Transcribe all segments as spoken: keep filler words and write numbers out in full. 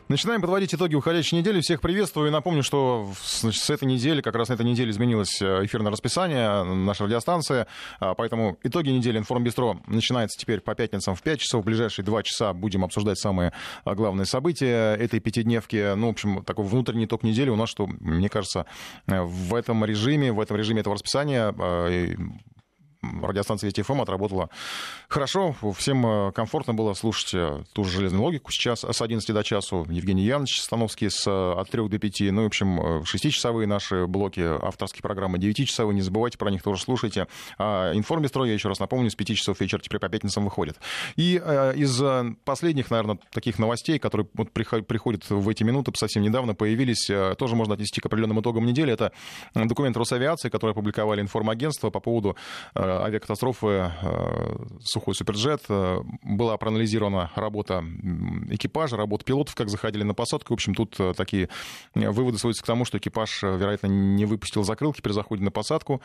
Начинаем подводить итоги уходящей недели. Всех приветствую и напомню, что значит, с этой недели, как раз на этой неделе изменилось эфирное расписание нашей радиостанции. Поэтому итоги недели «Информбистро» начинается теперь по пятницам в пять часов. В ближайшие два часа будем обсуждать самые главные события этой пятидневки. Ну, в общем, такой внутренний итог недели у нас, что, мне кажется, в этом режиме, в этом режиме этого расписания радиостанция Вести ФМ отработала хорошо. Всем комфортно было слушать ту же железную логику сейчас с одиннадцати до часу. Евгений Янович Становский с, от трёх до пяти. Ну, в общем, шестичасовые наши блоки, авторские программы девятичасовые. Не забывайте про них, тоже слушайте. А «Информбистро», я еще раз напомню, с пяти часов вечера теперь по пятницам выходит. И э, из последних, наверное, таких новостей, которые вот приходят в эти минуты, совсем недавно появились, э, тоже можно отнести к определенным итогам недели. Это документ Росавиации, который опубликовали информагентство по поводу э, авиакатастрофы «Сухой Суперджет». Была проанализирована работа экипажа, работа пилотов, как заходили на посадку. В общем, тут такие выводы сводятся к тому, что экипаж, вероятно, не выпустил закрылки при заходе на посадку,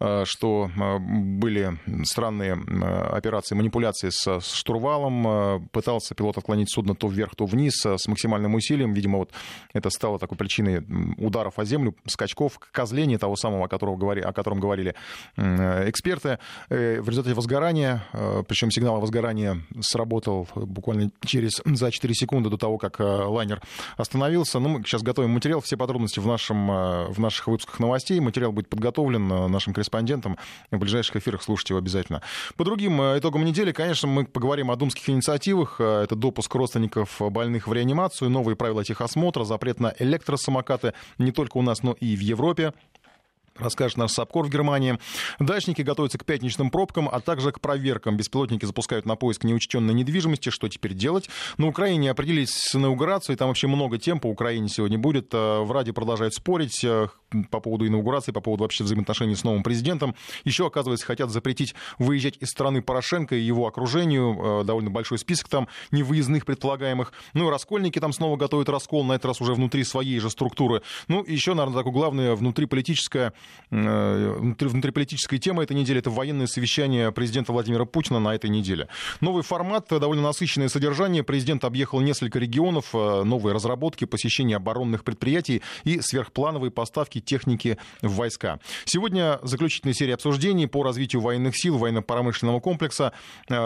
что были странные операции, манипуляции с штурвалом. Пытался пилот отклонить судно то вверх, то вниз с максимальным усилием. Видимо, вот это стало такой причиной ударов о землю, скачков, козления того самого, о котором говорили, о котором говорили эксперты. В результате возгорания, причем сигнал о возгорании сработал буквально через за четыре секунды до того, как лайнер остановился. Ну, мы сейчас готовим материал, все подробности в, нашем, в наших выпусках новостей. Материал будет подготовлен нашим корреспондентам. В ближайших эфирах слушайте его обязательно. По другим итогам недели, конечно, мы поговорим о думских инициативах. Это допуск родственников больных в реанимацию, новые правила техосмотра, запрет на электросамокаты не только у нас, но и в Европе. Расскажет наш САПКОР в Германии. Дачники готовятся к пятничным пробкам, а также к проверкам. Беспилотники запускают на поиск неучтенной недвижимости. Что теперь делать? На Украине определились с инаугурацией. Там вообще много тем по Украине сегодня будет. В Раде продолжают спорить по поводу инаугурации, по поводу вообще взаимоотношений с новым президентом. Еще, оказывается, хотят запретить выезжать из страны Порошенко и его окружению. Довольно большой список там невыездных предполагаемых. Ну и раскольники там снова готовят раскол, на этот раз уже внутри своей же структуры. Ну и еще, наверное, такое главное внутриполитическое внутриполитическая тема этой недели — это военное совещание президента Владимира Путина на этой неделе. Новый формат, довольно насыщенное содержание. Президент объехал несколько регионов, новые разработки, посещение оборонных предприятий и сверхплановые поставки техники в войска. Сегодня заключительная серия обсуждений по развитию военных сил, военно-промышленного комплекса.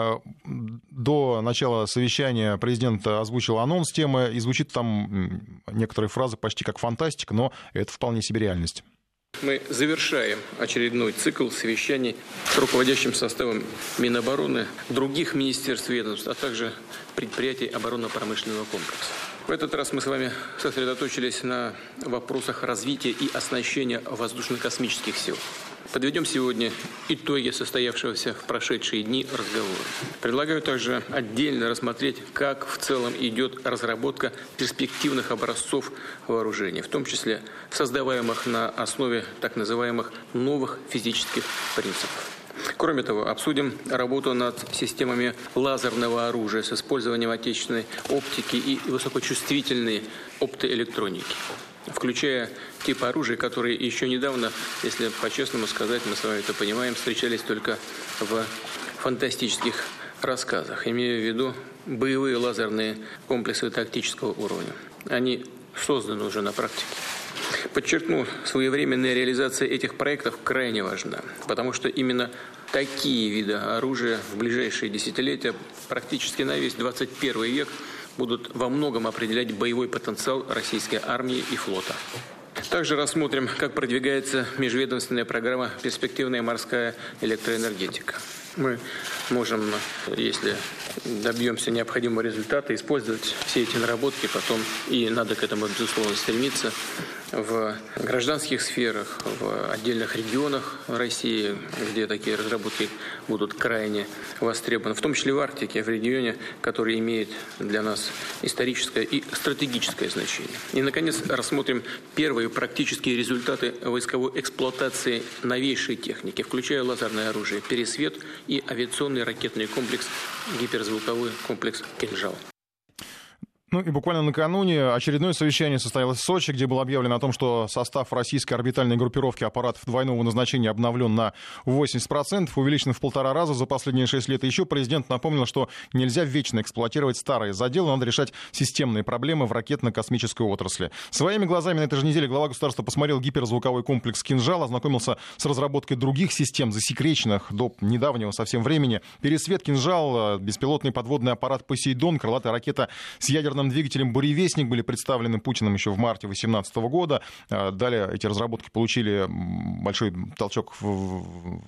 До начала совещания президент озвучил анонс темы, и звучит там некоторые фразы почти как фантастика, но это вполне себе реальность. Мы завершаем очередной цикл совещаний с руководящим составом Минобороны, других министерств, ведомств, а также предприятий оборонно-промышленного комплекса. В этот раз мы с вами сосредоточились на вопросах развития и оснащения воздушно-космических сил. Подведем сегодня итоги состоявшегося в прошедшие дни разговора. Предлагаю также отдельно рассмотреть, как в целом идет разработка перспективных образцов вооружений, в том числе создаваемых на основе так называемых новых физических принципов. Кроме того, обсудим работу над системами лазерного оружия с использованием отечественной оптики и высокочувствительной оптоэлектроники, включая типы оружия, которые еще недавно, если по-честному сказать, мы с вами это понимаем, встречались только в фантастических рассказах. Имею в виду боевые лазерные комплексы тактического уровня. Они созданы уже на практике. Подчеркну, своевременная реализация этих проектов крайне важна, потому что именно такие виды оружия в ближайшие десятилетия, практически на весь двадцать первый век, будут во многом определять боевой потенциал российской армии и флота. Также рассмотрим, как продвигается межведомственная программа «Перспективная морская электроэнергетика». Мы можем, если добьемся необходимого результата, использовать все эти наработки потом, и надо к этому, безусловно, стремиться, в гражданских сферах, в отдельных регионах России, где такие разработки будут крайне востребованы, в том числе в Арктике, в регионе, который имеет для нас историческое и стратегическое значение. И, наконец, рассмотрим первые практические результаты войсковой эксплуатации новейшей техники, включая лазерное оружие «Пересвет» и авиационный ракетный комплекс, гиперзвуковой комплекс «Кинжал». Ну и буквально накануне очередное совещание состоялось в Сочи, где было объявлено о том, что состав российской орбитальной группировки аппаратов двойного назначения обновлен на восемьдесят процентов, увеличен в полтора раза за последние шесть лет. И еще президент напомнил, что нельзя вечно эксплуатировать старые заделы, надо решать системные проблемы в ракетно-космической отрасли. Своими глазами на этой же неделе глава государства посмотрел гиперзвуковой комплекс «Кинжал», ознакомился с разработкой других систем, засекреченных до недавнего совсем времени. Пересвет «Кинжал», беспилотный подводный аппарат «Посейдон», крылатая ракета с ядерным двигателем «Буревестник» были представлены Путиным еще в марте две тысячи восемнадцатого года. Далее эти разработки получили большой толчок в...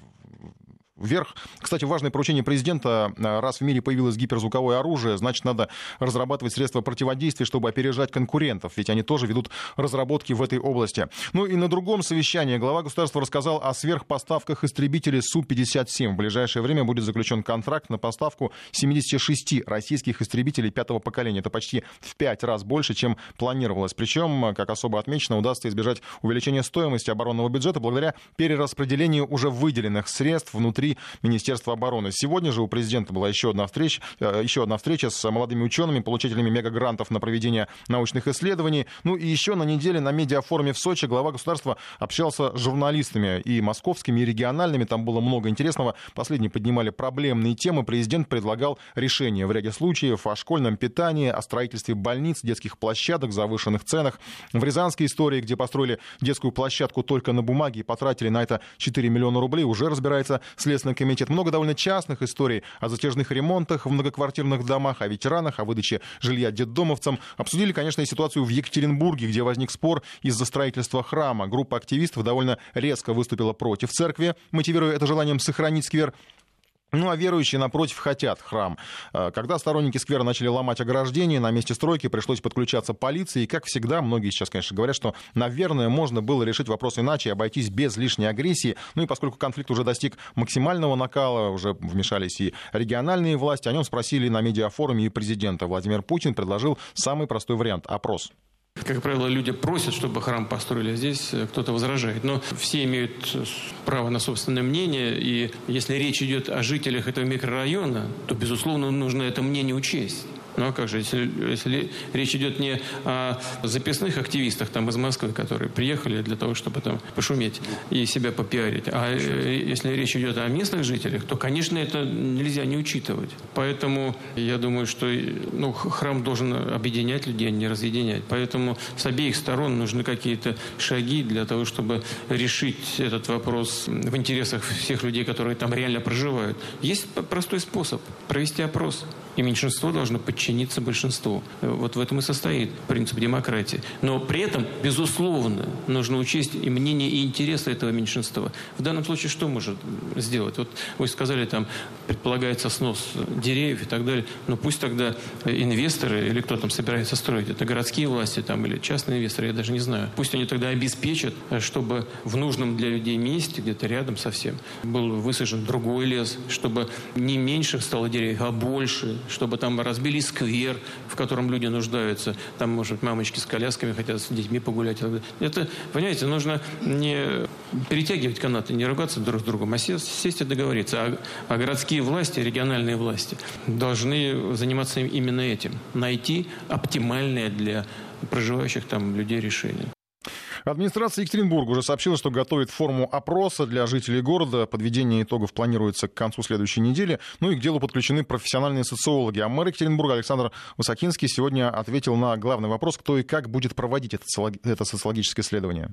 вверх. Кстати, важное поручение президента. Раз в мире появилось гиперзвуковое оружие, значит, надо разрабатывать средства противодействия, чтобы опережать конкурентов, ведь они тоже ведут разработки в этой области. Ну и на другом совещании глава государства рассказал о сверхпоставках истребителей Су пятьдесят семь. В ближайшее время будет заключен контракт на поставку семидесяти шести российских истребителей пятого поколения. Это почти в пять раз больше, чем планировалось. Причем, как особо отмечено, удастся избежать увеличения стоимости оборонного бюджета благодаря перераспределению уже выделенных средств внутри Министерства обороны. Сегодня же у президента была еще одна встреча, еще одна встреча с молодыми учеными, получателями мегагрантов на проведение научных исследований. Ну и еще на неделе на медиафоруме в Сочи глава государства общался с журналистами и московскими, и региональными. Там было много интересного. Последние поднимали проблемные темы. Президент предлагал решения в ряде случаев о школьном питании, о строительстве больниц, детских площадок, завышенных ценах. В рязанской истории, где построили детскую площадку только на бумаге и потратили на это четыре миллиона рублей, уже разбирается следственный комитет. Много довольно частных историй о затяжных ремонтах в многоквартирных домах, о ветеранах, о выдаче жилья детдомовцам. Обсудили, конечно, и ситуацию в Екатеринбурге, где возник спор из-за строительства храма. Группа активистов довольно резко выступила против церкви, мотивируя это желанием сохранить сквер. Ну, а верующие, напротив, хотят храм. Когда сторонники сквера начали ломать ограждение, на месте стройки пришлось подключаться полиции. И, как всегда, многие сейчас, конечно, говорят, что, наверное, можно было решить вопрос иначе, обойтись без лишней агрессии. Ну и поскольку конфликт уже достиг максимального накала, уже вмешались и региональные власти, о нем спросили на медиафоруме и президента. Владимир Путин предложил самый простой вариант – опрос. Как правило, люди просят, чтобы храм построили, а здесь кто-то возражает. Но все имеют право на собственное мнение, и если речь идет о жителях этого микрорайона, то, безусловно, нужно это мнение учесть. Ну а как же, если, если речь идет не о записных активистах там, из Москвы, которые приехали для того, чтобы там пошуметь и себя попиарить, а если речь идет о местных жителях, то, конечно, это нельзя не учитывать. Поэтому я думаю, что ну, храм должен объединять людей, а не разъединять. Поэтому с обеих сторон нужны какие-то шаги для того, чтобы решить этот вопрос в интересах всех людей, которые там реально проживают. Есть простой способ – провести опрос. И меньшинство должно подчиниться большинству. Вот в этом и состоит принцип демократии. Но при этом, безусловно, нужно учесть и мнение, и интересы этого меньшинства. В данном случае что может сделать? Вот вы сказали, там предполагается снос деревьев и так далее. Но пусть тогда инвесторы, или кто там собирается строить, это городские власти там, или частные инвесторы, я даже не знаю. Пусть они тогда обеспечат, чтобы в нужном для людей месте, где-то рядом совсем, был высажен другой лес, чтобы не меньше стало деревьев, а больше, чтобы там разбили сквер, в котором люди нуждаются. Там, может, мамочки с колясками хотят с детьми погулять. Это, понимаете, нужно не перетягивать канаты, не ругаться друг с другом, а сесть, сесть и договориться. А, а городские власти, региональные власти должны заниматься именно этим. Найти оптимальное для проживающих там людей решение. Администрация Екатеринбурга уже сообщила, что готовит форму опроса для жителей города. Подведение итогов планируется к концу следующей недели. Ну и к делу подключены профессиональные социологи. А мэр Екатеринбурга Александр Высокинский сегодня ответил на главный вопрос, кто и как будет проводить это социологическое исследование.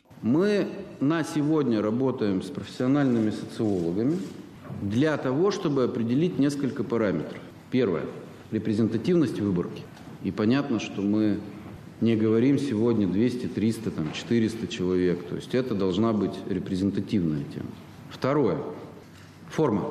Мы на сегодня работаем с профессиональными социологами для того, чтобы определить несколько параметров. Первое – репрезентативность выборки. И понятно, что мы не говорим сегодня двести, триста, там, четыреста человек. То есть это должна быть репрезентативная тема. Второе. Форма.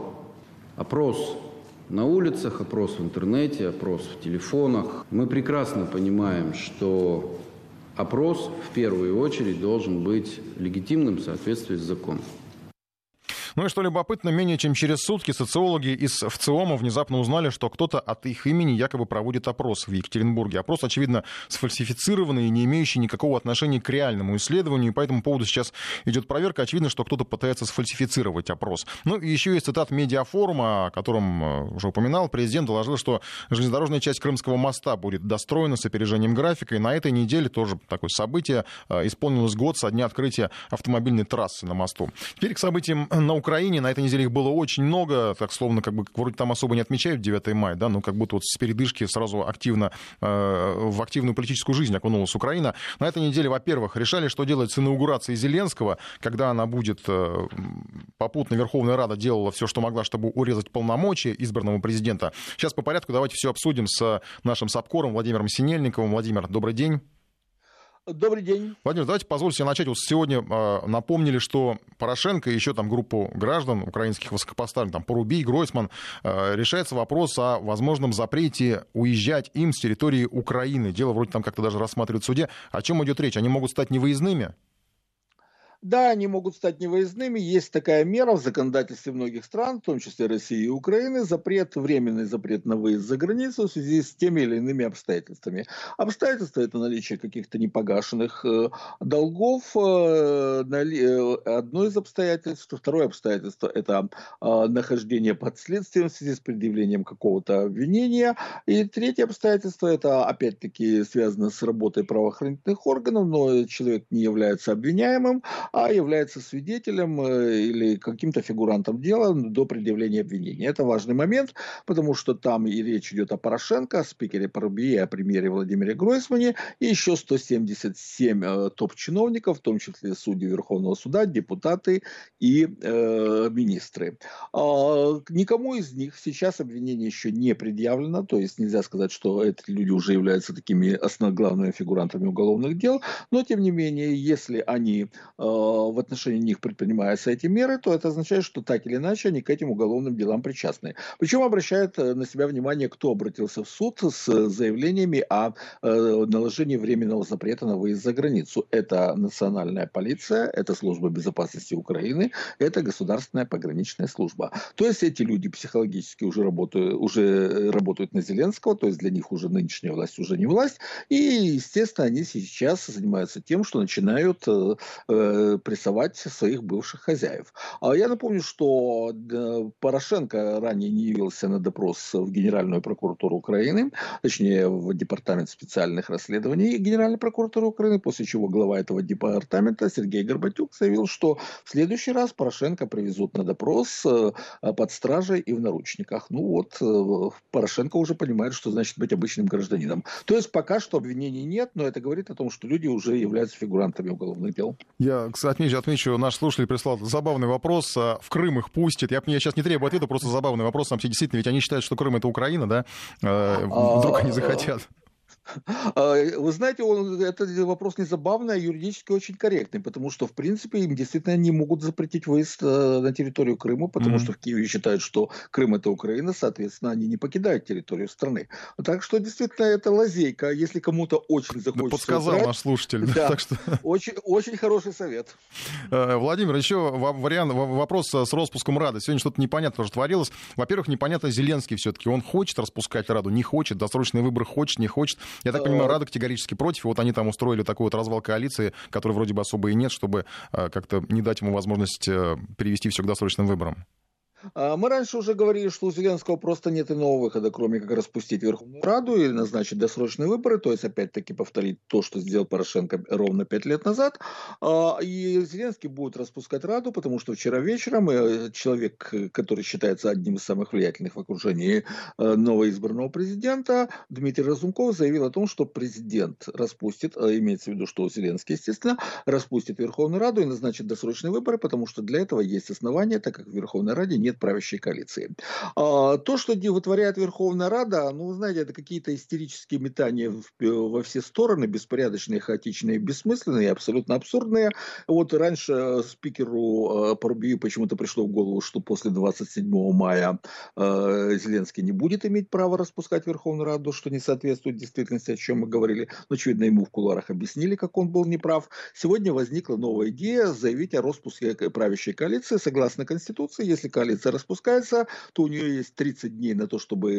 Опрос на улицах, опрос в интернете, опрос в телефонах. Мы прекрасно понимаем, что опрос в первую очередь должен быть легитимным в соответствии с законом. Ну и что любопытно, менее чем через сутки социологи из ВЦИОМа внезапно узнали, что кто-то от их имени якобы проводит опрос в Екатеринбурге. Опрос, очевидно, сфальсифицированный и не имеющий никакого отношения к реальному исследованию. И по этому поводу сейчас идет проверка. Очевидно, что кто-то пытается сфальсифицировать опрос. Ну и еще есть цитат Медиафорума, о котором уже упоминал. Президент доложил, что железнодорожная часть Крымского моста будет достроена с опережением графика. И на этой неделе тоже такое событие. Исполнилось год со дня открытия автомобильной трассы на мосту. Теперь к событиям на Украине. На этой неделе их было очень много. Так, словно, как бы, вроде там особо не отмечают девятое мая, да, но как будто вот с передышки сразу активно, э, в активную политическую жизнь окунулась Украина. На этой неделе, во-первых, решали, что делать с инаугурацией Зеленского, когда она будет, э, попутно Верховная Рада делала все, что могла, чтобы урезать полномочия избранного президента. Сейчас по порядку давайте все обсудим с нашим САПКОРом Владимиром Синельниковым. Владимир, добрый день. Добрый день. Владимир, давайте позвольте себе начать. Вот сегодня э, напомнили, что Порошенко и еще там группу граждан украинских высокопоставленных, там Порубий, Гройсман, э, решается вопрос о возможном запрете уезжать им с территории Украины. Дело вроде там как-то даже рассматривают в суде. О чем идет речь? Они могут стать невыездными? Да, они могут стать невыездными. Есть такая мера в законодательстве многих стран, в том числе России и Украины, запрет, временный запрет на выезд за границу в связи с теми или иными обстоятельствами. Обстоятельства – это наличие каких-то непогашенных э, долгов, э, нали, одно из обстоятельств. Второе обстоятельство – это э, нахождение под следствием в связи с предъявлением какого-то обвинения. И третье обстоятельство – это, опять-таки, связано с работой правоохранительных органов, но человек не является обвиняемым, а является свидетелем или каким-то фигурантом дела до предъявления обвинения. Это важный момент, потому что там и речь идет о Порошенко, о спикере Порубии, о премьере Владимире Гройсмане и еще сто семьдесят семь э, топ-чиновников, в том числе судьи Верховного суда, депутаты и э, министры. А, никому из них сейчас обвинение еще не предъявлено, то есть нельзя сказать, что эти люди уже являются такими основными главными фигурантами уголовных дел, но тем не менее, если они э, в отношении них предпринимаются эти меры, то это означает, что так или иначе они к этим уголовным делам причастны. Причем обращает на себя внимание, кто обратился в суд с заявлениями о э, наложении временного запрета на выезд за границу. Это национальная полиция, это служба безопасности Украины, это государственная пограничная служба. То есть эти люди психологически уже работают, уже работают на Зеленского, то есть для них уже нынешняя власть уже не власть. И, естественно, они сейчас занимаются тем, что начинают э, прессовать своих бывших хозяев. А я напомню, что Порошенко ранее не явился на допрос в Генеральную прокуратуру Украины, точнее в Департамент специальных расследований Генеральной прокуратуры Украины, после чего глава этого департамента Сергей Горбатюк заявил, что в следующий раз Порошенко привезут на допрос под стражей и в наручниках. Ну вот, Порошенко уже понимает, что значит быть обычным гражданином. То есть пока что обвинений нет, но это говорит о том, что люди уже являются фигурантами уголовных дел. Я, кстати, отмечу, отмечу, наш слушатель прислал забавный вопрос. В Крым их пустят. Я, я сейчас не требую ответа, просто забавный вопрос. Там все действительно, ведь они считают, что Крым — это Украина, да? Вдруг они захотят. Вы знаете, он, это вопрос не забавный, а юридически очень корректный, потому что, в принципе, им действительно не могут запретить выезд на территорию Крыма, потому mm-hmm. что в Киеве считают, что Крым — это Украина, соответственно, они не покидают территорию страны. Так что, действительно, это лазейка. Если кому-то очень захочется... Да, подсказал убрать, наш слушатель. Да, так что... очень, очень хороший совет. Владимир, еще вариант, вопрос с распуском Рады. Сегодня что-то непонятно тоже творилось. Во-первых, непонятно, Зеленский все-таки, он хочет распускать Раду, не хочет, досрочные выборы хочет, не хочет. Я так понимаю, Рада категорически против. Вот они там устроили такой вот развал коалиции, который вроде бы особо и нет, чтобы как-то не дать ему возможность перевести все к досрочным выборам. Мы раньше уже говорили, что у Зеленского просто нет иного выхода, кроме как распустить Верховную Раду или назначить досрочные выборы, то есть опять-таки повторить то, что сделал Порошенко ровно пять лет назад. И Зеленский будет распускать Раду, потому что вчера вечером человек, который считается одним из самых влиятельных в окружении новоизбранного президента, Дмитрий Разумков, заявил о том, что президент распустит, имеется в виду, что Зеленский, естественно, распустит Верховную Раду и назначит досрочные выборы, потому что для этого есть основания, так как в Верховной Раде нет нет правящей коалиции. То, что вытворяет Верховная Рада, ну, вы знаете, это какие-то истерические метания во все стороны, беспорядочные, хаотичные, бессмысленные, абсолютно абсурдные. Вот раньше спикеру Парубию почему-то пришло в голову, что после двадцать седьмого мая Зеленский не будет иметь права распускать Верховную Раду, что не соответствует действительности, о чем мы говорили. Но, очевидно, ему в кулуарах объяснили, как он был неправ. Сегодня возникла новая идея заявить о распуске правящей коалиции. Согласно Конституции, если коалиция распускается, то у нее есть тридцать дней на то, чтобы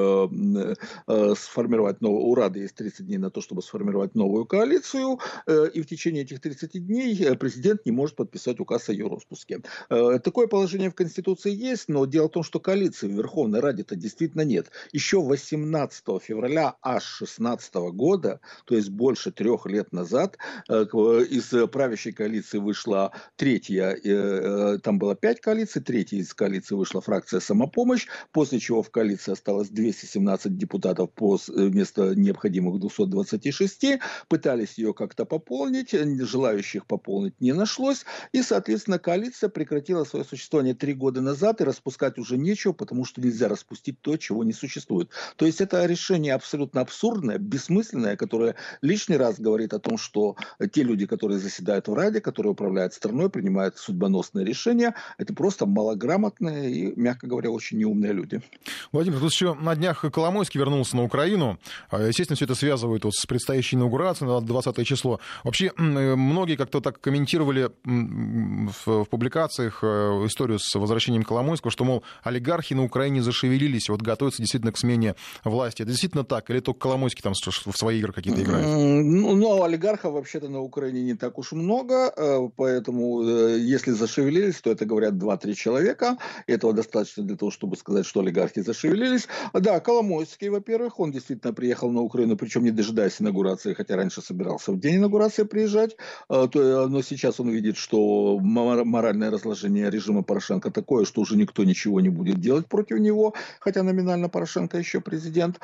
э, э, сформировать новую, у Рады есть тридцать дней на то, чтобы сформировать новую коалицию, э, и в течение этих тридцати дней президент не может подписать указ о ее распуске. Э, такое положение в Конституции есть, но дело в том, что коалиции в Верховной Раде-то действительно нет. Еще восемнадцатого февраля аж шестнадцатого года, то есть больше трех лет назад, э, из правящей коалиции вышла третья, э, э, там было пять коалиций, третья из коалиции вышла фракция «Самопомощь», после чего в коалиции осталось двести семнадцать депутатов вместо необходимых двухсот двадцати шести, пытались ее как-то пополнить, желающих пополнить не нашлось, и, соответственно, коалиция прекратила свое существование три года назад, и распускать уже нечего, потому что нельзя распустить то, чего не существует. То есть это решение абсолютно абсурдное, бессмысленное, которое лишний раз говорит о том, что те люди, которые заседают в Раде, которые управляют страной, принимают судьбоносные решения, это просто малограмотные и, мягко говоря, очень неумные люди. Владимир, тут еще на днях Коломойский вернулся на Украину. Естественно, все это связывают вот с предстоящей инаугурацией на двадцатое число. Вообще, многие как-то так комментировали в, в публикациях историю с возвращением Коломойского, что, мол, олигархи на Украине зашевелились, вот готовятся действительно к смене власти. Это действительно так? Или только Коломойский там в свои игры какие-то играет? Ну, ну, олигархов вообще-то на Украине не так уж много, поэтому если зашевелились, то это говорят два-три человека. Этого достаточно для того, чтобы сказать, что олигархи зашевелились. Да, Коломойский, во-первых, он действительно приехал на Украину, причем не дожидаясь инаугурации, хотя раньше собирался в день инаугурации приезжать, но сейчас он видит, что моральное разложение режима Порошенко такое, что уже никто ничего не будет делать против него, хотя номинально Порошенко еще президент.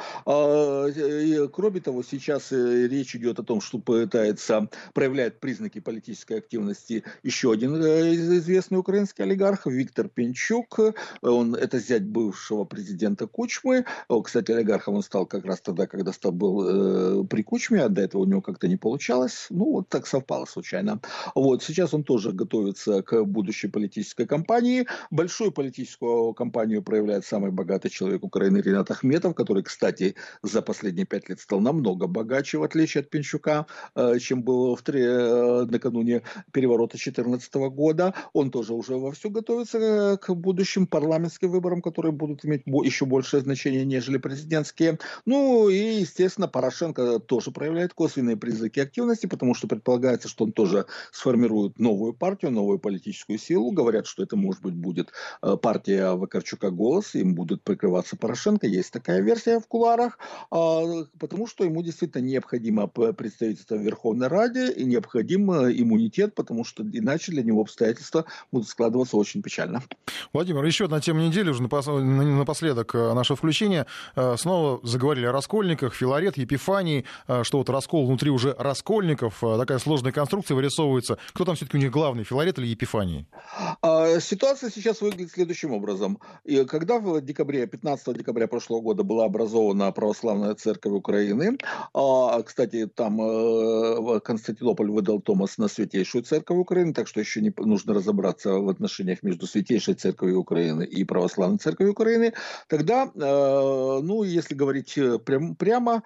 И, кроме того, сейчас речь идет о том, что пытается, проявляет признаки политической активности еще один известный украинский олигарх Виктор Пенчук. Он, это зять бывшего президента Кучмы. Кстати, олигархом он стал как раз тогда, когда стал, был э, при Кучме, а до этого у него как-то не получалось. Ну, вот так совпало случайно. Вот, сейчас он тоже готовится к будущей политической кампании. Большую политическую кампанию проявляет самый богатый человек Украины Ринат Ахметов, который, кстати, за последние пять лет стал намного богаче, в отличие от Пенчука, э, чем был в три, э, накануне переворота две тысячи четырнадцатого года. Он тоже уже вовсю готовится к будущим парламентским выборам, которые будут иметь еще большее значение, нежели президентские. Ну и, естественно, Порошенко тоже проявляет косвенные признаки активности, потому что предполагается, что он тоже сформирует новую партию, новую политическую силу. Говорят, что это, может быть, будет партия Вакарчука «Голос», им будут прикрываться Порошенко. Есть такая версия в кулуарах, потому что ему действительно необходимо представительство в Верховной Раде и необходим иммунитет, потому что иначе для него обстоятельства будут складываться очень печально. Владимир, еще одна тема недели, уже напоследок нашего включения. Снова заговорили о раскольниках, Филарет, Епифаний, что вот раскол внутри уже раскольников, такая сложная конструкция вырисовывается. Кто там все-таки у них главный, Филарет или Епифаний? Ситуация сейчас выглядит следующим образом. И когда в декабре, пятнадцатого декабря прошлого года была образована Православная Церковь Украины, кстати, там Константинополь выдал Томас на Святейшую Церковь Украины, так что еще не нужно разобраться в отношениях между Святейшей Церковью Украины и Православной Церковью Украины, тогда, ну, если говорить прям, прямо,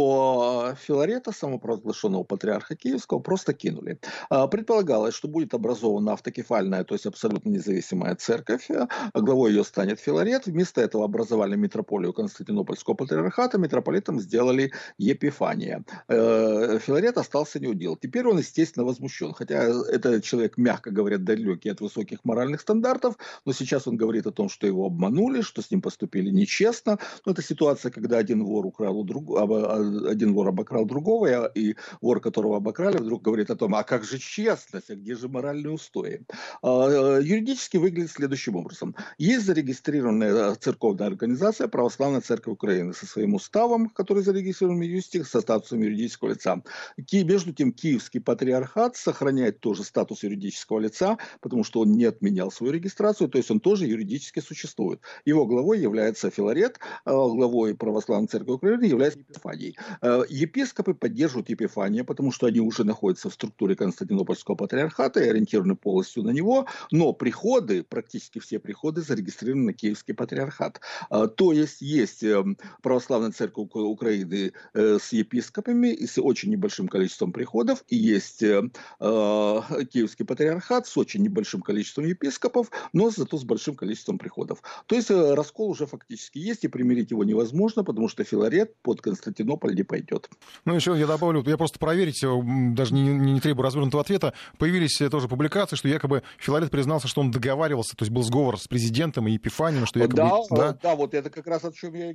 то Филарета, самопровозглашенного патриарха Киевского, просто кинули. Предполагалось, что будет образована автокефальная, то есть абсолютно независимая церковь, главой ее станет Филарет, вместо этого образовали митрополию Константинопольского патриархата, митрополитом сделали Епифания. Филарет остался неудел. Теперь он, естественно, возмущен, хотя это человек, мягко говоря, далекий от высоких моральных стандартов, но сейчас он говорит о том, что его обманули, что с ним поступили нечестно. Но это ситуация, когда один вор украл у другого, один вор обокрал другого, и вор, которого обокрали, вдруг говорит о том, а как же честность, а где же моральные устои? Юридически выглядит следующим образом. Есть зарегистрированная церковная организация Православная Церковь Украины со своим уставом, который зарегистрирован в Минюсте, со статусом юридического лица. Между тем, Киевский патриархат сохраняет тоже статус юридического лица, потому что он не отменял свою регистрацию, то есть есть он тоже юридически существует. Его главой является Филарет, главой Православной Церкви Украины является Епифаний. Епископы поддерживают Епифания, потому что они уже находятся в структуре Константинопольского патриархата и ориентированы полностью на него, но приходы, практически все приходы зарегистрированы на Киевский патриархат. То есть есть Православная Церковь Украины с епископами и с очень небольшим количеством приходов, и есть Киевский патриархат с очень небольшим количеством епископов, но зато с большим количеством приходов. То есть раскол уже фактически есть, и примирить его невозможно, потому что Филарет под Константинополь не пойдет. Ну, еще я добавлю, я просто проверить, даже не, не, не требую развернутого ответа, появились тоже публикации, что якобы Филарет признался, что он договаривался, то есть был сговор с президентом и Епифанием, что якобы... Да, да? да, вот это как раз о чем я и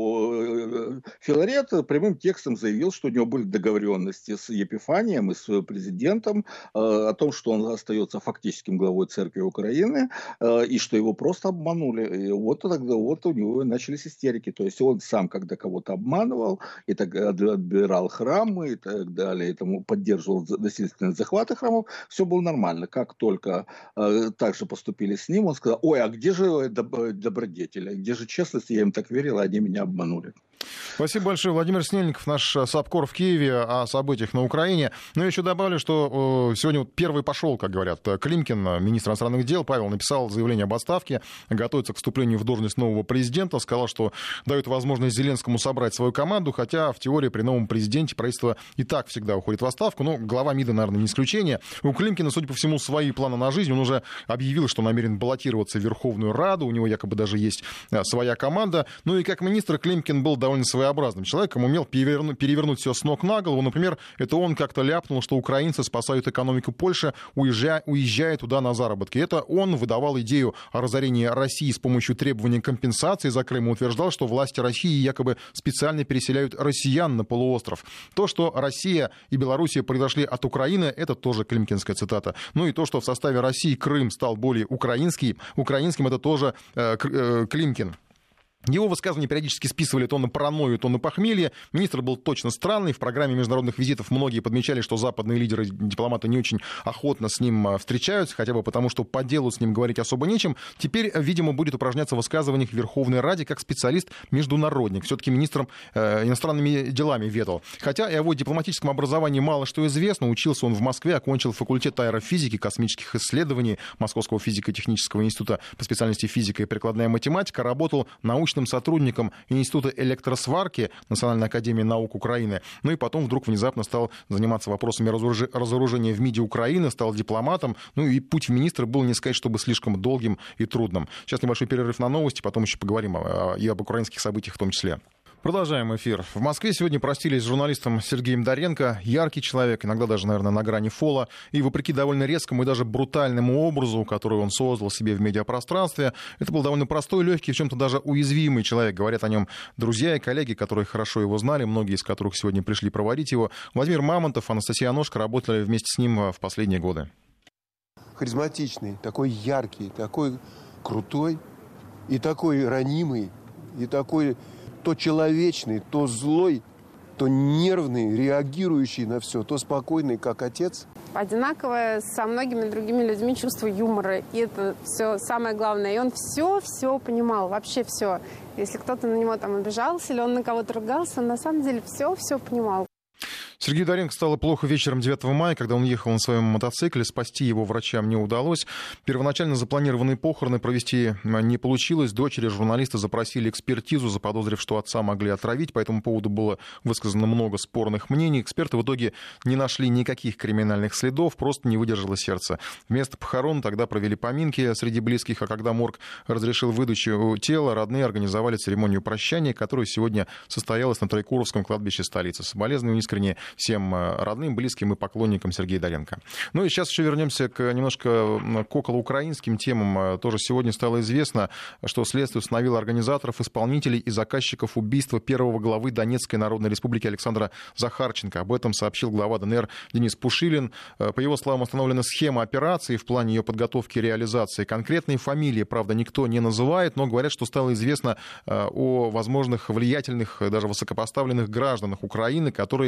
говорю. Филарет прямым текстом заявил, что у него были договоренности с Епифанием и с президентом о том, что он остается фактическим главой Церкви Украины, и что его просто обманули. И вот тогда вот у него начались истерики. То есть он сам, когда кого-то обманывал, и так отбирал храмы и так далее, и тому поддерживал насильственные захваты храмов, все было нормально. Как только э, так же поступили с ним, он сказал: ой, а где же добродетель, где же честность, я им так верил, а они меня обманули. Спасибо большое. Владимир Снельников, наш САПКОР в Киеве, о событиях на Украине. Но я еще добавлю, что сегодня первый пошел, как говорят, Климкин, министр иностранных дел. Павел написал заявление об отставке, готовится к вступлению в должность нового президента. Сказал, что дает возможность Зеленскому собрать свою команду, хотя в теории при новом президенте правительство и так всегда уходит в отставку. Но глава МИДа, наверное, не исключение. У Климкина, судя по всему, свои планы на жизнь. Он уже объявил, что намерен баллотироваться в Верховную Раду. У него якобы даже есть своя команда. Ну и как министр Климкин был довольно своеобразным человеком, умел перевернуть, перевернуть все с ног на голову. Например, это он как-то ляпнул, что украинцы спасают экономику Польши, уезжая, уезжая туда на заработки. Это он выдавал идею о разорении России с помощью требования компенсации за Крым и утверждал, что власти России якобы специально переселяют россиян на полуостров. То, что Россия и Белоруссия произошли от Украины, это тоже климкинская цитата. Ну и то, что в составе России Крым стал более украинский, украинским, это тоже э, э, Климкин. Его высказывания периодически списывали то на паранойю, то на похмелье. Министр был точно странный. В программе международных визитов многие подмечали, что западные лидеры, дипломаты не очень охотно с ним встречаются, хотя бы потому, что по делу с ним говорить особо нечем. Теперь, видимо, будет упражняться в высказываниях в Верховной Раде как специалист-международник. Все-таки министром э, иностранными делами ведал. Хотя и о его дипломатическом образовании мало что известно. Учился он в Москве, окончил факультет аэрофизики, космических исследований Московского физико-технического института по специальности физика и прикладная математика, работал научным сотрудником Института электросварки Национальной академии наук Украины. Ну и потом вдруг внезапно стал заниматься вопросами разоружения в МИДе Украины, стал дипломатом. Ну и путь в министры был, не сказать, чтобы слишком долгим и трудным. Сейчас небольшой перерыв на новости, потом еще поговорим и об украинских событиях в том числе. Продолжаем эфир. В Москве сегодня простились с журналистом Сергеем Доренко. Яркий человек, иногда даже, наверное, на грани фола. И вопреки довольно резкому и даже брутальному образу, который он создал себе в медиапространстве, это был довольно простой, легкий, в чем-то даже уязвимый человек. Говорят о нем друзья и коллеги, которые хорошо его знали, многие из которых сегодня пришли проводить его. Владимир Мамонтов, Анастасия Аношко работали вместе с ним в последние годы. Харизматичный, такой яркий, такой крутой, и такой ранимый, и такой... то человечный, то злой, то нервный, реагирующий на все, то спокойный, как отец. Одинаковое со многими другими людьми чувство юмора. И это все самое главное. И он все-все понимал, вообще все. Если кто-то на него там обижался или он на кого-то ругался, он на самом деле все-все понимал. Сергею Доренко стало плохо вечером девятого мая, когда он ехал на своем мотоцикле. Спасти его врачам не удалось. Первоначально запланированные похороны провести не получилось. Дочери журналиста запросили экспертизу, заподозрив, что отца могли отравить. По этому поводу было высказано много спорных мнений. Эксперты в итоге не нашли никаких криминальных следов, просто не выдержало сердце. Вместо похорон тогда провели поминки среди близких, а когда морг разрешил выдачу тела, родные организовали церемонию прощания, которая сегодня состоялась на Троекуровском кладбище столицы. Соболезную искренне всем родным, близким и поклонникам Сергея Доренко. Ну и сейчас еще вернемся к немножко к околоукраинским темам. Тоже сегодня стало известно, что следствие установило организаторов, исполнителей и заказчиков убийства первого главы Донецкой Народной Республики Александра Захарченко. Об этом сообщил глава ДНР Денис Пушилин. По его словам, установлена схема операции в плане ее подготовки и реализации. Конкретные фамилии, правда, никто не называет, но говорят, что стало известно о возможных влиятельных, даже высокопоставленных гражданах Украины, которые стоят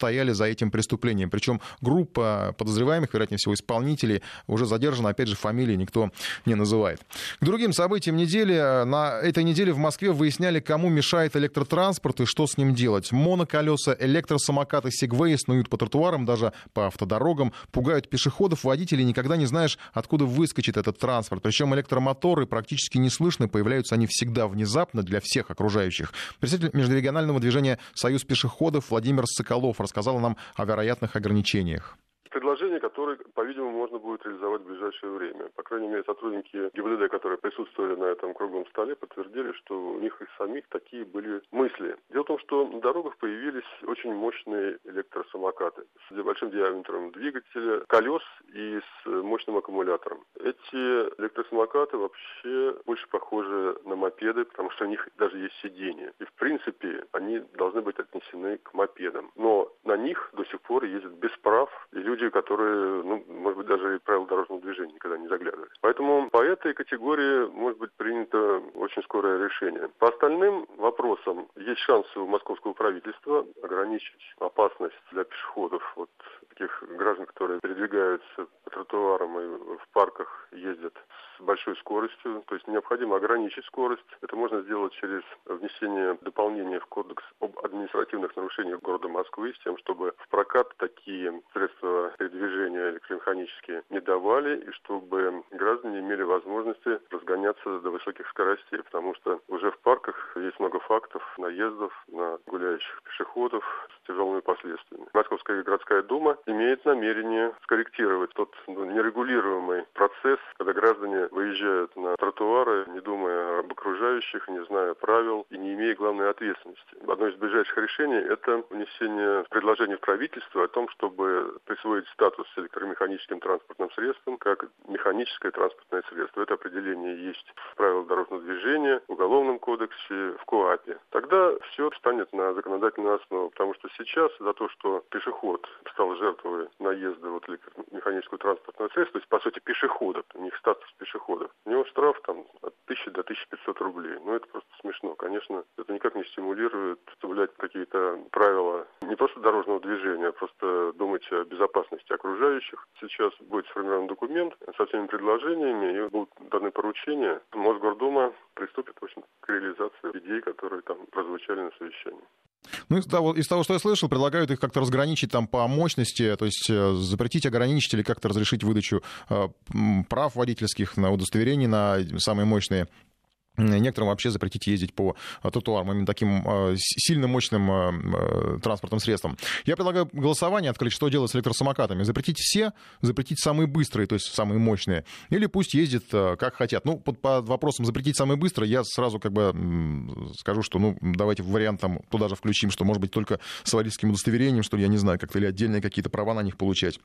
стояли за этим преступлением. Причем группа подозреваемых, вероятнее всего, исполнителей, уже задержана, опять же, фамилии никто не называет. К другим событиям недели. На этой неделе в Москве выясняли, кому мешает электротранспорт и что с ним делать. Моноколеса, электросамокаты, сегвеи снуют по тротуарам, даже по автодорогам, пугают пешеходов, водителей, никогда не знаешь, откуда выскочит этот транспорт. Причем электромоторы практически не слышны, появляются они всегда внезапно для всех окружающих. Представитель межрегионального движения «Союз пешеходов» Владимир Соколов рассказал нам о вероятных ограничениях. Предложение, которое, по-видимому, можно будет реализовать в ближайшее время. По крайней мере, сотрудники ГИБДД, которые присутствовали на этом круглом столе, подтвердили, что у них и самих такие были мысли. Дело в том, что на дорогах появились очень мощные электросамокаты с большим диаметром двигателя, колес и с мощным аккумулятором. Эти электросамокаты вообще больше похожи на мопеды, потому что у них даже есть сиденье. И, в принципе, они должны быть отнесены к мопедам. Но на них до сих пор ездят без прав и люди, которые, ну, может быть, даже и правила дорожного движения никогда не заглядывали. Поэтому по этой категории может быть принято очень скорое решение. По остальным вопросам есть шансы у московского правительства ограничить опасность для пешеходов от таких граждан, которые передвигаются по тротуарам и в парках ездят с большой скоростью. То есть необходимо ограничить скорость. Это можно сделать через внесение дополнения в Кодекс об административных нарушениях города Москвы с тем, чтобы в прокат такие средства передвижения электромеханические не давали, и чтобы граждане имели возможности разгоняться до высоких скоростей, потому что уже в парках есть много фактов наездов на гуляющих пешеходов с тяжелыми последствиями. Московская городская дума имеет намерение скорректировать тот ну, нерегулируемый процесс, когда граждане выезжают на тротуары, не думая об окружающих, не зная правил и не имея главной ответственности. Одно из ближайших решений – это внесение предложений в правительство о том, чтобы присвоить статус электромеханическим транспортным средствам как механическое транспортное средство. Это определение есть в правилах дорожного движения, в Уголовном кодексе, в КоАПе. Тогда все встанет на законодательную основу, потому что сейчас за то, что пешеход стал жертвой наезда вот электромеханического транспортного средства, то есть, по сути, пешехода, у них статус пешехода, у него штраф там от тысячи до тысячи пятисот рублей. Ну, это просто смешно. Конечно, это никак не стимулирует соблюдать какие-то правила не просто дорожного движения, а просто думать о безопасности окружающих. Сейчас будет сформирован документ со всеми предложениями, и будут даны поручения. Мосгордума приступит, в общем, к реализации идей, которые там прозвучали на совещании. Ну, из того, из того, что я слышал, предлагают их как-то разграничить там по мощности, то есть запретить, ограничить или как-то разрешить выдачу э, прав водительских на удостоверения на самые мощные. Некоторым вообще запретить ездить по тротуарам, именно таким э, сильно мощным э, транспортным средством. Я предлагаю голосование открыть, что делать с электросамокатами. Запретить все, запретить самые быстрые, то есть самые мощные, или пусть ездят э, как хотят. Ну, под, под вопросом запретить самые быстрые, я сразу как бы м, скажу, что, ну, давайте вариант там туда же включим, что, может быть, только с водительским удостоверением, что ли, я не знаю, как-то или отдельные какие-то права на них получать.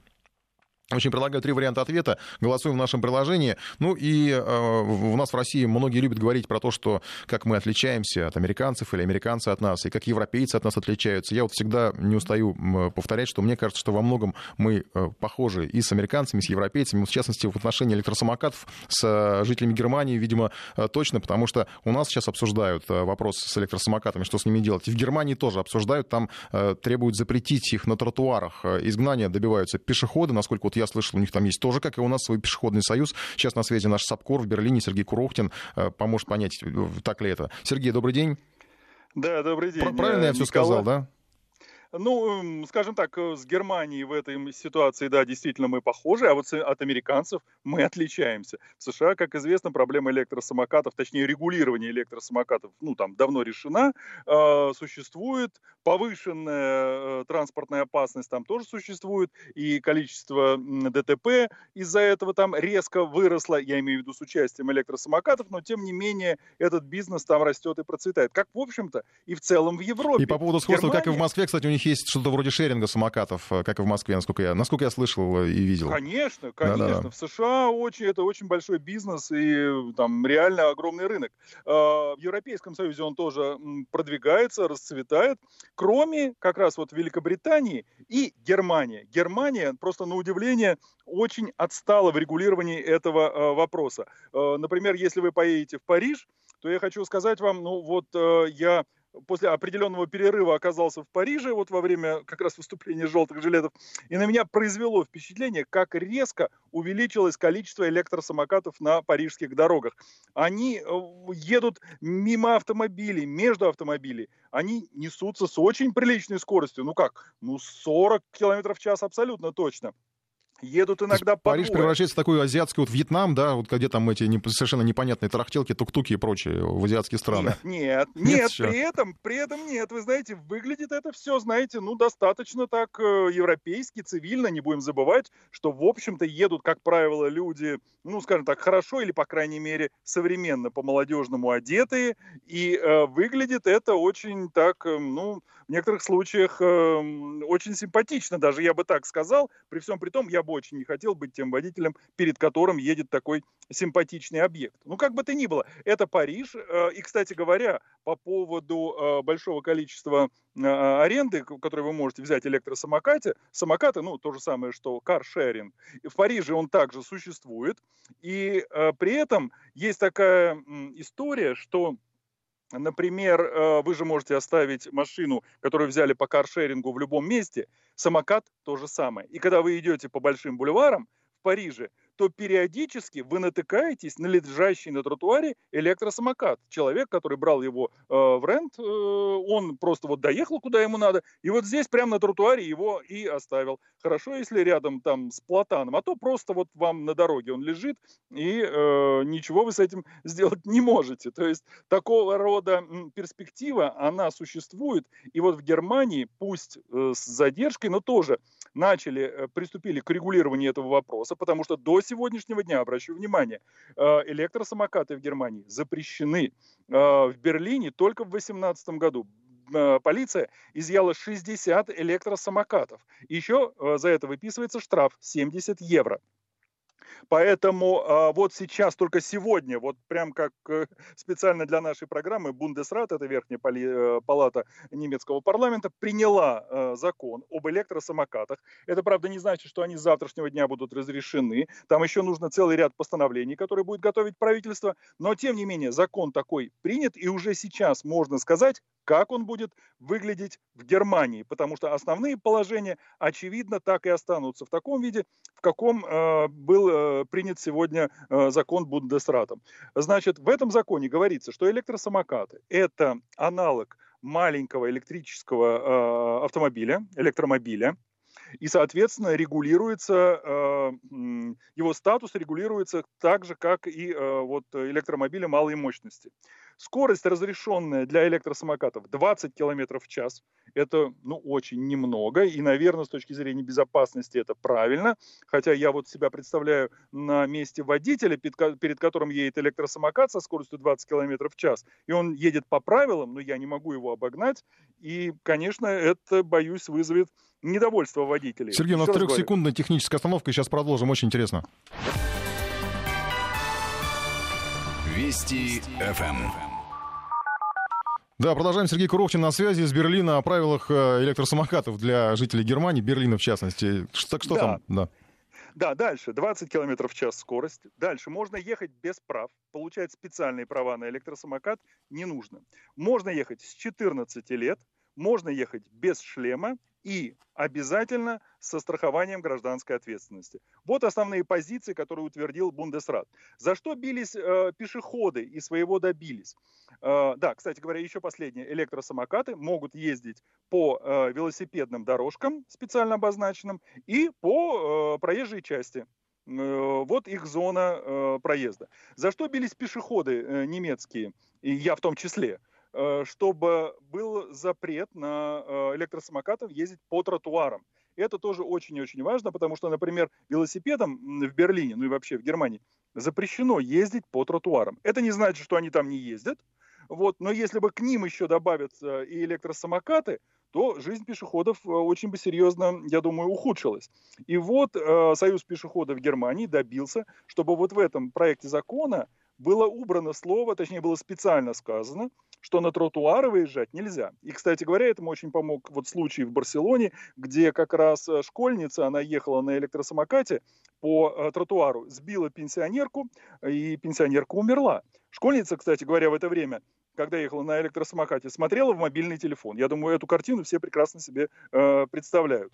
В общем, предлагаю три варианта ответа. Голосуем в нашем приложении. Ну и э, у нас в России многие любят говорить про то, что как мы отличаемся от американцев или американцы от нас, и как европейцы от нас отличаются. Я вот всегда не устаю повторять, что мне кажется, что во многом мы э, похожи и с американцами, и с европейцами. В частности, в отношении электросамокатов с жителями Германии, видимо, э, точно, потому что у нас сейчас обсуждают э, вопрос с электросамокатами, что с ними делать. И в Германии тоже обсуждают, там э, требуют запретить их на тротуарах. Изгнания добиваются пешеходы, насколько вот я слышал, у них там есть тоже, как и у нас, свой пешеходный союз. Сейчас на связи наш САПКОР в Берлине, Сергей Курохтин, поможет понять, так ли это. Сергей, добрый день. Да, добрый день. Правильно я все сказал, да? Ну, скажем так, с Германией в этой ситуации, да, действительно мы похожи, а вот от американцев мы отличаемся. В США, как известно, проблема электросамокатов, точнее регулирование электросамокатов, ну, там давно решена, э, существует, повышенная э, транспортная опасность там тоже существует, и количество ДТП из-за этого там резко выросло, я имею в виду с участием электросамокатов, но тем не менее этот бизнес там растет и процветает, как, в общем-то, и в целом в Европе. И по поводу сходства, Германия... как и в Москве, кстати, у них есть что-то вроде шеринга самокатов, как и в Москве, насколько я, насколько я слышал и видел. Конечно, конечно. Да-да-да. В США очень, это очень большой бизнес и там реально огромный рынок. В Европейском Союзе он тоже продвигается, расцветает, кроме как раз вот Великобритании и Германии. Германия, просто на удивление, очень отстала в регулировании этого вопроса. Например, если вы поедете в Париж, то я хочу сказать вам, ну вот я после определенного перерыва оказался в Париже, вот во время как раз выступления желтых жилетов, и на меня произвело впечатление, как резко увеличилось количество электросамокатов на парижских дорогах. Они едут мимо автомобилей, между автомобилей, они несутся с очень приличной скоростью. Ну как? Ну сорок километров в час абсолютно точно. Едут иногда по Париж превращается в такой азиатский вот Вьетнам, да, вот где там эти не, совершенно непонятные тарахтелки, тук-туки и прочее в азиатские страны. Нет, нет, нет, нет при этом, при этом нет. Вы знаете, выглядит это все, знаете, ну, достаточно так европейски, цивильно. Не будем забывать, что, в общем-то, едут, как правило, люди, ну, скажем так, хорошо или, по крайней мере, современно, по-молодежному одетые. И э, выглядит это очень так, э, ну, в некоторых случаях э, очень симпатично, даже я бы так сказал. При всем при том, я бы очень не хотел быть тем водителем, перед которым едет такой симпатичный объект. Ну, как бы то ни было, это Париж. И, кстати говоря, по поводу большого количества аренды, которые вы можете взять электросамокате, самокаты, ну, то же самое, что каршеринг, в Париже он также существует. И при этом есть такая история, что, например, вы же можете оставить машину, которую взяли по каршерингу в любом месте, самокат то же самое. И когда вы идете по большим бульварам в Париже, то периодически вы натыкаетесь на лежащий на тротуаре электросамокат. Человек, который брал его э, в рент, э, он просто вот доехал куда ему надо, и вот здесь прямо на тротуаре его и оставил. Хорошо, если рядом там с платаном, а то просто вот вам на дороге он лежит, и э, ничего вы с этим сделать не можете. То есть такого рода перспектива, она существует, и вот в Германии, пусть э, с задержкой, но тоже начали, э, приступили к регулированию этого вопроса, потому что до сегодняшнего дня, обращу внимание, электросамокаты в Германии запрещены. В Берлине только в две тысячи восемнадцатом году полиция изъяла шестьдесят электросамокатов. Еще за это выписывается штраф семьдесят евро. Поэтому а, вот сейчас, только сегодня, вот прям как э, специально для нашей программы, Бундесрат, это верхняя поли, э, палата немецкого парламента, приняла э, закон об электросамокатах. Это, правда, не значит, что они с завтрашнего дня будут разрешены. Там еще нужно целый ряд постановлений, которые будет готовить правительство. Но, тем не менее, закон такой принят, и уже сейчас можно сказать, как он будет выглядеть в Германии. Потому что основные положения, очевидно, так и останутся в таком виде, в каком э, был э, принят сегодня э, закон Бундесратом. Значит, в этом законе говорится, что электросамокаты – это аналог маленького электрического э, автомобиля, электромобиля. И, соответственно, регулируется, э, его статус регулируется так же, как и э, вот, электромобили малой мощности. Скорость, разрешенная для электросамокатов, двадцать километров в час. Это, ну, очень немного. И, наверное, с точки зрения безопасности это правильно. Хотя я вот себя представляю на месте водителя, перед которым едет электросамокат со скоростью двадцать километров в час. И он едет по правилам, но я не могу его обогнать. И, конечно, это, боюсь, вызовет недовольство водителей. Сергей, у нас трехсекундная техническая остановка. Сейчас продолжим. Очень интересно. Вести эф эм. Да, продолжаем. Сергей Курохтин на связи из Берлина о правилах электросамокатов для жителей Германии, Берлина в частности. Что, что да. там? Да. Да, дальше. двадцать километров в час скорость. Дальше. Можно ехать без прав. Получать специальные права на электросамокат не нужно. Можно ехать с четырнадцати лет. Можно ехать без шлема. И обязательно со страхованием гражданской ответственности. Вот основные позиции, которые утвердил Бундесрат. За что бились э, пешеходы и своего добились? Э, да, кстати говоря, еще последнее. Электросамокаты могут ездить по э, велосипедным дорожкам, специально обозначенным, и по э, проезжей части. Э, вот их зона э, проезда. За что бились пешеходы э, немецкие, и я в том числе? Чтобы был запрет на электросамокатов ездить по тротуарам. Это тоже очень-очень важно, потому что, например, велосипедам в Берлине, ну и вообще в Германии, запрещено ездить по тротуарам. Это не значит, что они там не ездят, вот, но если бы к ним еще добавятся и электросамокаты, то жизнь пешеходов очень бы серьезно, я думаю, ухудшилась. И вот э, Союз пешеходов Германии добился, чтобы вот в этом проекте закона было убрано слово, точнее было специально сказано, что на тротуары выезжать нельзя. И, кстати говоря, этому очень помог вот случай в Барселоне, где как раз школьница, она ехала на электросамокате по тротуару, сбила пенсионерку, и пенсионерка умерла. Школьница, кстати говоря, в это время когда ехала на электросамокате, смотрела в мобильный телефон. Я думаю, эту картину все прекрасно себе э, представляют.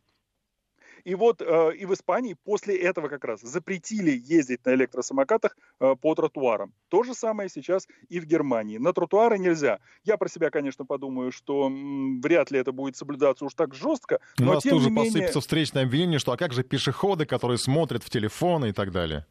И вот э, и в Испании после этого как раз запретили ездить на электросамокатах э, по тротуарам. То же самое сейчас и в Германии. На тротуары нельзя. Я про себя, конечно, подумаю, что м, вряд ли это будет соблюдаться уж так жестко. У но нас тем тоже не менее... посыпятся встречные обвинения, что а как же пешеходы, которые смотрят в телефоны и так далее.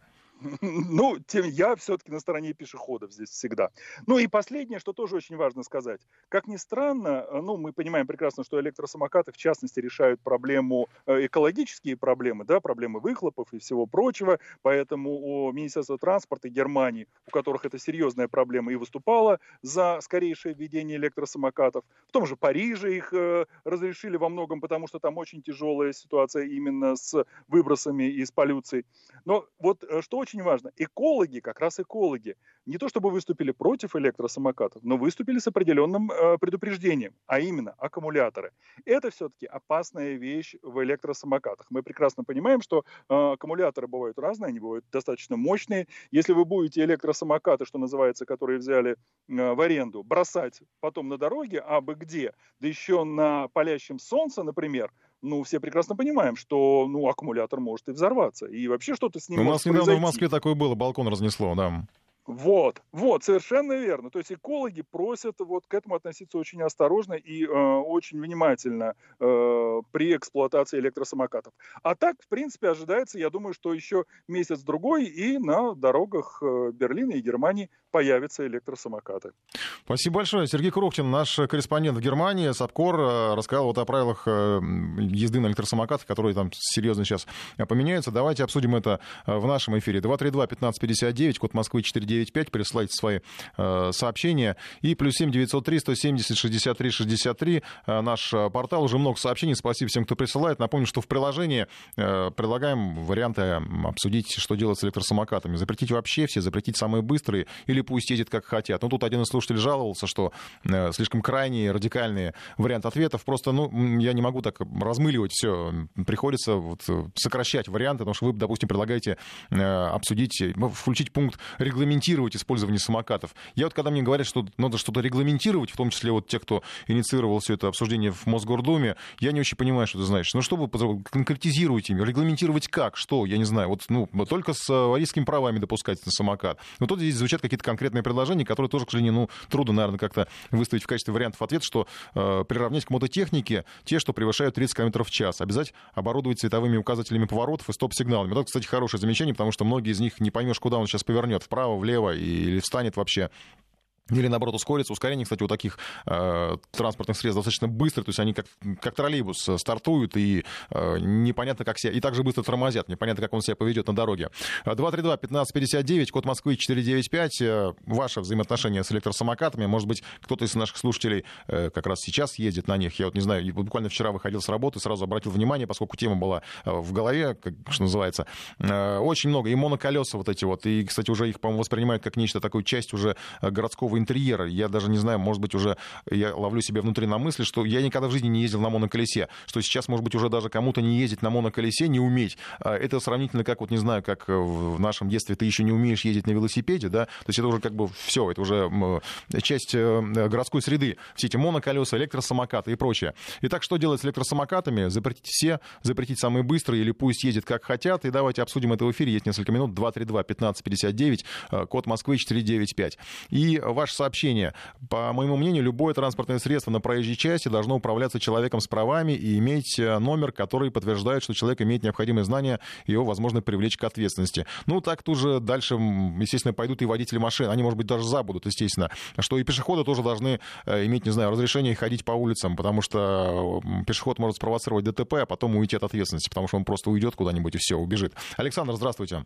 Ну, тем я все-таки на стороне пешеходов здесь всегда. Ну и последнее, что тоже очень важно сказать. Как ни странно, ну, мы понимаем прекрасно, что электросамокаты, в частности, решают проблему, экологические проблемы, да, проблемы выхлопов и всего прочего. Поэтому у Министерства транспорта Германии, у которых это серьезная проблема, и выступало за скорейшее введение электросамокатов. В том же Париже их э, разрешили во многом, потому что там очень тяжелая ситуация именно с выбросами и с полюцией. Но вот что очень важно, экологи, как раз экологи, не то чтобы выступили против электросамокатов, но выступили с определенным э, предупреждением, а именно аккумуляторы. Это все-таки опасная вещь в электросамокатах. Мы прекрасно понимаем, что э, аккумуляторы бывают разные, они бывают достаточно мощные. Если вы будете электросамокаты, что называется, которые взяли э, в аренду, бросать потом на дороге, а бы где, да еще на палящем солнце, например, ну, все прекрасно понимаем, что, ну, аккумулятор может и взорваться, и вообще что-то с ним У может нас недавно произойти. в Москве такое было, балкон разнесло, да. Вот, вот, совершенно верно. То есть экологи просят вот к этому относиться очень осторожно и э, очень внимательно э, при эксплуатации электросамокатов. А так, в принципе, ожидается, я думаю, что еще месяц-другой и на дорогах э, Берлина и Германии появятся электросамокаты. Спасибо большое. Сергей Курохтин, наш корреспондент в Германии, САПКОР, рассказал вот о правилах езды на электросамокатах, которые там серьезно сейчас поменяются. Давайте обсудим это в нашем эфире. два три два пятнадцать пятьдесят девять, код Москвы четыре девять пять, присылайте свои э, сообщения. И плюс семь девятьсот три сто семьдесят шестьдесят три шестьдесят три, э, наш портал. Уже много сообщений. Спасибо всем, кто присылает. Напомню, что в приложении э, предлагаем варианты обсудить, что делать с электросамокатами. Запретить вообще все, запретить самые быстрые, или пусть ездят как хотят. Ну, тут один из слушателей жаловался, что э, слишком крайние, радикальные варианты ответов. Просто, ну, я не могу так размыливать все. Приходится вот сокращать варианты, потому что вы, допустим, предлагаете э, обсудить, включить пункт регламентировать использование самокатов. Я вот, когда мне говорят, что надо что-то регламентировать, в том числе вот те, кто инициировал все это обсуждение в Мосгордуме, я не очень понимаю, что это значит. Ну, что вы конкретизируете, регламентировать как, что, я не знаю, вот, ну, только с водительскими правами допускать на самокат. Но тут здесь звучат какие-то конкретные предложения, которые тоже, к сожалению, ну, трудно, наверное, как-то выставить в качестве вариантов ответа, что э, приравнять к мототехнике те, что превышают тридцать километров в час. Обязать оборудовать световыми указателями поворотов и стоп-сигналами. Это, кстати, хорошее замечание, потому что многие из них не поймешь, куда он сейчас повернет, вправо, влево или встанет вообще. Или, наоборот, ускорится. Ускорение, кстати, у таких э, транспортных средств достаточно быстро. То есть они как, как троллейбус стартуют и э, непонятно, как себя... И также быстро тормозят. Непонятно, как он себя поведет на дороге. два три два пятнадцать пятьдесят девять, код Москвы четыре девять пять. Э, ваше взаимоотношение с электросамокатами. Может быть, кто-то из наших слушателей э, как раз сейчас ездит на них. Я вот не знаю, буквально вчера выходил с работы, сразу обратил внимание, поскольку тема была в голове, как, что называется. Э, очень много. И моноколеса вот эти вот. И, кстати, уже их, по-моему, воспринимают как нечто, такую часть уже городского интерьера. Я даже не знаю, может быть, уже я ловлю себя внутри на мысли, что я никогда в жизни не ездил на моноколесе, что сейчас, может быть, уже даже кому-то не ездить на моноколесе, не уметь. Это сравнительно как, вот не знаю, как в нашем детстве ты еще не умеешь ездить на велосипеде, да, то есть это уже как бы все, это уже часть городской среды, все эти моноколеса, электросамокаты и прочее. Итак, что делать с электросамокатами? Запретить все, запретить самые быстрые или пусть ездят как хотят, и давайте обсудим это в эфире, есть несколько минут, два три два пятнадцать пятьдесят девять, код Москвы четыре девять пять. И ваше сообщение. По моему мнению, любое транспортное средство на проезжей части должно управляться человеком с правами и иметь номер, который подтверждает, что человек имеет необходимые знания, и его возможно привлечь к ответственности. Ну, так тут же дальше, естественно, пойдут и водители машин. Они, может быть, даже забудут, естественно. Что и пешеходы тоже должны иметь, не знаю, разрешение ходить по улицам, потому что пешеход может спровоцировать ДТП, а потом уйти от ответственности, потому что он просто уйдет куда-нибудь и все, убежит. Александр, здравствуйте.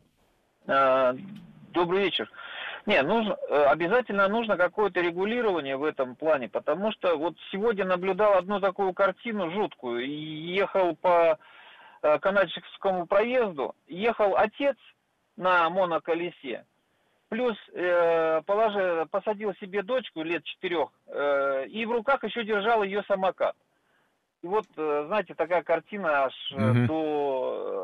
Добрый вечер. Не, нужно, обязательно нужно какое-то регулирование в этом плане, потому что вот сегодня наблюдал одну такую картину жуткую. Ехал по Канатчикскому проезду, ехал отец на моноколесе, плюс э, положил, посадил себе дочку лет четырех, э, и в руках еще держал ее самокат. И вот, знаете, такая картина аж mm-hmm. до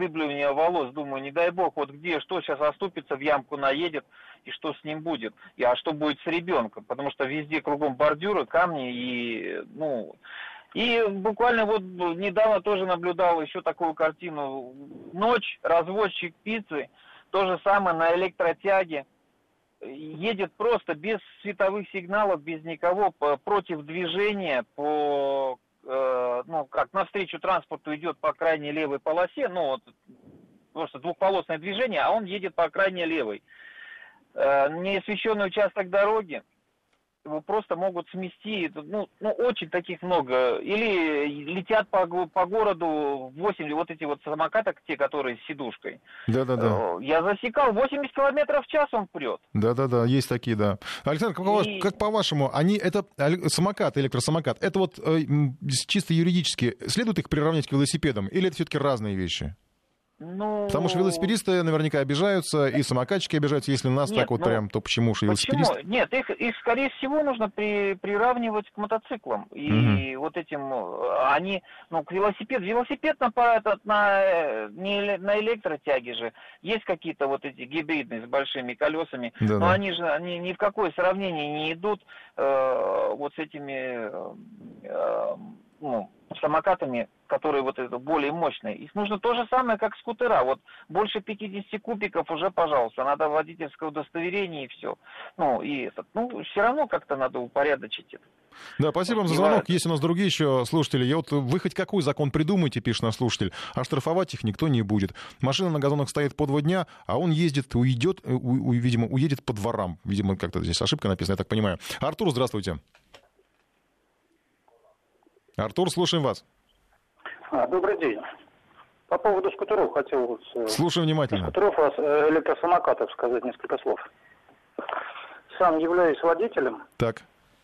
вздыбливания волос. Думаю, не дай бог, вот где, что сейчас оступится, в ямку наедет, и что с ним будет. И, а что будет с ребенком? Потому что везде кругом бордюры, камни и, ну... И буквально вот недавно тоже наблюдал еще такую картину. Ночь, развозчик пиццы, то же самое на электротяге. Едет просто без световых сигналов, без никого, по, против движения, по, э, ну, как навстречу транспорту идет по крайней левой полосе, ну, вот, просто двухполосное движение, а он едет по крайней левой. Э, неосвещенный участок дороги, его просто могут смести, ну, ну, очень таких много. Или летят по, по городу восемь, вот эти вот самокаты, те, которые с сидушкой. Да-да-да. Я засекал, восемьдесят километров в час он прет. Да-да-да, есть такие, да. Александр, как, И... как по-вашему, они, это самокат, электросамокат, это вот э, чисто юридически, следует их приравнять к велосипедам, или это все-таки разные вещи? Ну... Потому что велосипедисты наверняка обижаются, и самокатчики обижаются. Если нас Нет, так вот ну, прям, то почему же велосипедисты? Почему? Нет, их, их, скорее всего, нужно при, приравнивать к мотоциклам. И угу. вот этим, они, ну, к велосипеду. Велосипед на, этот, на, не, на электротяге же. Есть какие-то вот эти гибридные с большими колесами. Да, но да. они же они ни в какое сравнение не идут э, вот с этими... Э, ну, самокатами, которые вот это более мощные. Их нужно то же самое, как скутера. Вот больше пятьдесят кубиков уже, пожалуйста, надо водительское удостоверение и все. Ну, и этот, ну, все равно как-то надо упорядочить это. Да, спасибо вам за звонок. Есть у нас другие еще слушатели. Я вот, вы хоть какой закон придумаете, пишет наш слушатель, а штрафовать их никто не будет. Машина на газонах стоит по два дня, а он ездит, уйдет, у, у, видимо, уедет по дворам. Видимо, как-то здесь ошибка написана, я так понимаю. Артур, здравствуйте. Артур, слушаем вас. А, добрый день. По поводу скутеров хотел... Слушаю внимательно. Скутеров, электросамокатов сказать несколько слов. Сам являюсь водителем. Так.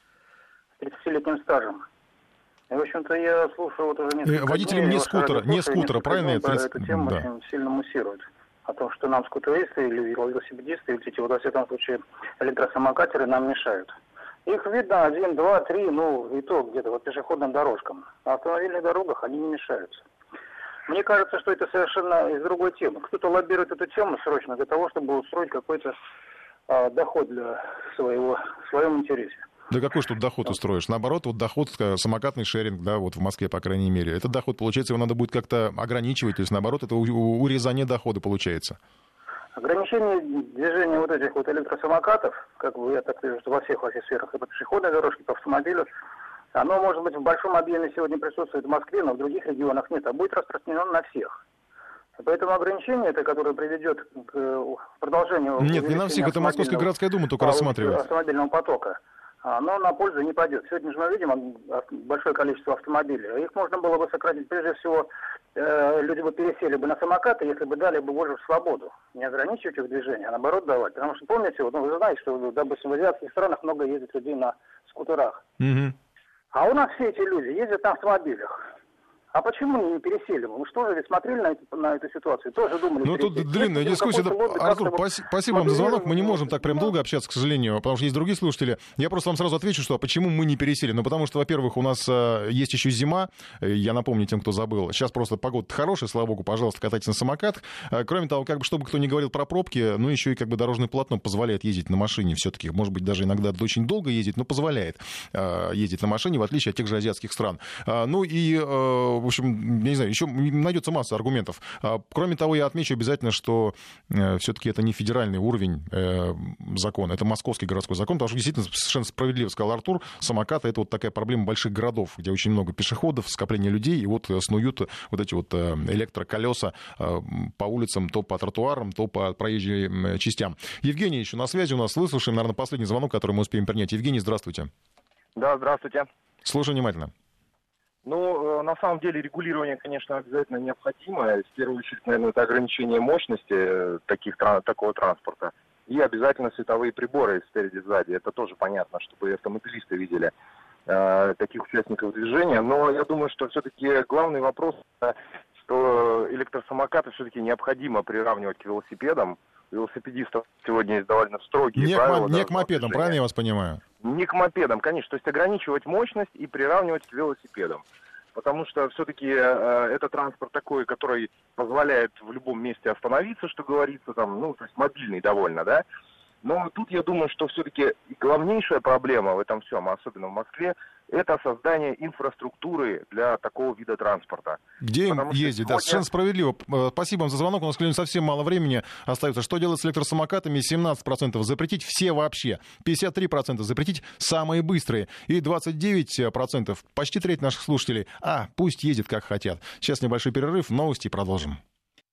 С тридцатилетним стажем. И, в общем-то, я слушаю вот уже несколько Водителем дней, не скутера, не скутера, правильно? Я тридцать... Эту тему да. очень сильно муссирует. О том, что нам скутеристы или велосипедисты, или эти, вот, во всяком случае, электросамокатеры нам мешают. Их видно один, два, три, ну, и то где-то по пешеходным дорожкам. На автомобильных дорогах они не мешаются. Мне кажется, что это совершенно из другой темы. Кто-то лоббирует эту тему срочно для того, чтобы устроить какой-то а, доход для своего, в своем интересе. Да какой же тут доход устроишь? Наоборот, вот доход, самокатный шеринг, да, вот в Москве, по крайней мере. Этот доход, получается, его надо будет как-то ограничивать, то есть, наоборот, это урезание дохода получается. Ограничение движения вот этих вот электросамокатов, как бы я так вижу, что во всех, во всех сферах, и по пешеходной дорожке, по автомобилю, оно, может быть, в большом объеме сегодня присутствует в Москве, но в других регионах нет, а будет распространено на всех. Поэтому ограничение это, которое приведет к продолжению... Нет, не на всех, это Московская городская дума только рассматривает. Автомобильного потока. Оно на пользу не пойдет. Сегодня же мы видим большое количество автомобилей. Их можно было бы сократить. Прежде всего, люди бы пересели бы на самокаты, если бы дали бы больше свободу. Не ограничивать их движение, а наоборот давать. Потому что помните, вот, ну, вы знаете, что, допустим, в азиатских странах много ездит людей на скутерах. Mm-hmm. А у нас все эти люди ездят на автомобилях. А почему не пересели? Мы что же ведь смотрели на эту, на эту ситуацию? Тоже думали... Ну, тут длинная дискуссия. Артур, спаси, спасибо вам за звонок. Мы не можем так прям долго общаться, к сожалению, потому что есть другие слушатели. Я просто вам сразу отвечу, что почему мы не пересели. Ну, потому что, во-первых, у нас э, есть еще зима. Я напомню тем, кто забыл. Сейчас просто погода хорошая, слава богу, пожалуйста, катайтесь на самокатах. Э, кроме того, как бы, чтобы кто ни говорил про пробки, ну, еще и как бы дорожное полотно позволяет ездить на машине все-таки. Может быть, даже иногда очень долго ездить, но позволяет э, ездить на машине, в отличие от тех же азиатских стран. Э, ну и, э, в общем, я не знаю, еще найдется масса аргументов. Кроме того, я отмечу обязательно, что э, все-таки это не федеральный уровень э, закона, это московский городской закон, потому что действительно совершенно справедливо сказал Артур, самокаты — это вот такая проблема больших городов, где очень много пешеходов, скопление людей, и вот снуют вот эти вот электроколеса э, по улицам, то по тротуарам, то по проезжим частям. Евгений еще на связи у нас, выслушаем, наверное, последний звонок, который мы успеем принять. Евгений, здравствуйте. Да, здравствуйте. Слушаю внимательно. Ну, на самом деле регулирование, конечно, обязательно необходимо. В первую очередь, наверное, это ограничение мощности таких, такого транспорта. И обязательно световые приборы спереди, сзади. Это тоже понятно, чтобы автомобилисты видели э, таких участников движения. Но я думаю, что все-таки главный вопрос, что электросамокаты все-таки необходимо приравнивать к велосипедам. Велосипедистов сегодня есть довольно строгие не правила. К, не к мопедам, правильно я вас понимаю? Не к мопедам, конечно. То есть ограничивать мощность и приравнивать к велосипедам. потому что все-таки э, это транспорт такой, который позволяет в любом месте остановиться, что говорится, там, ну, то есть мобильный довольно, да. Но тут я думаю, что все-таки главнейшая проблема в этом всем, особенно в Москве, это создание инфраструктуры для такого вида транспорта. Где им ездить? Сегодня... Да, совершенно справедливо. Спасибо вам за звонок. У нас, к сожалению, совсем мало времени остается. Что делать с электросамокатами? семнадцать процентов запретить все вообще. пятьдесят три процента запретить самые быстрые. И двадцать девять процентов, почти треть наших слушателей, а, пусть ездят как хотят. Сейчас небольшой перерыв, новости и продолжим.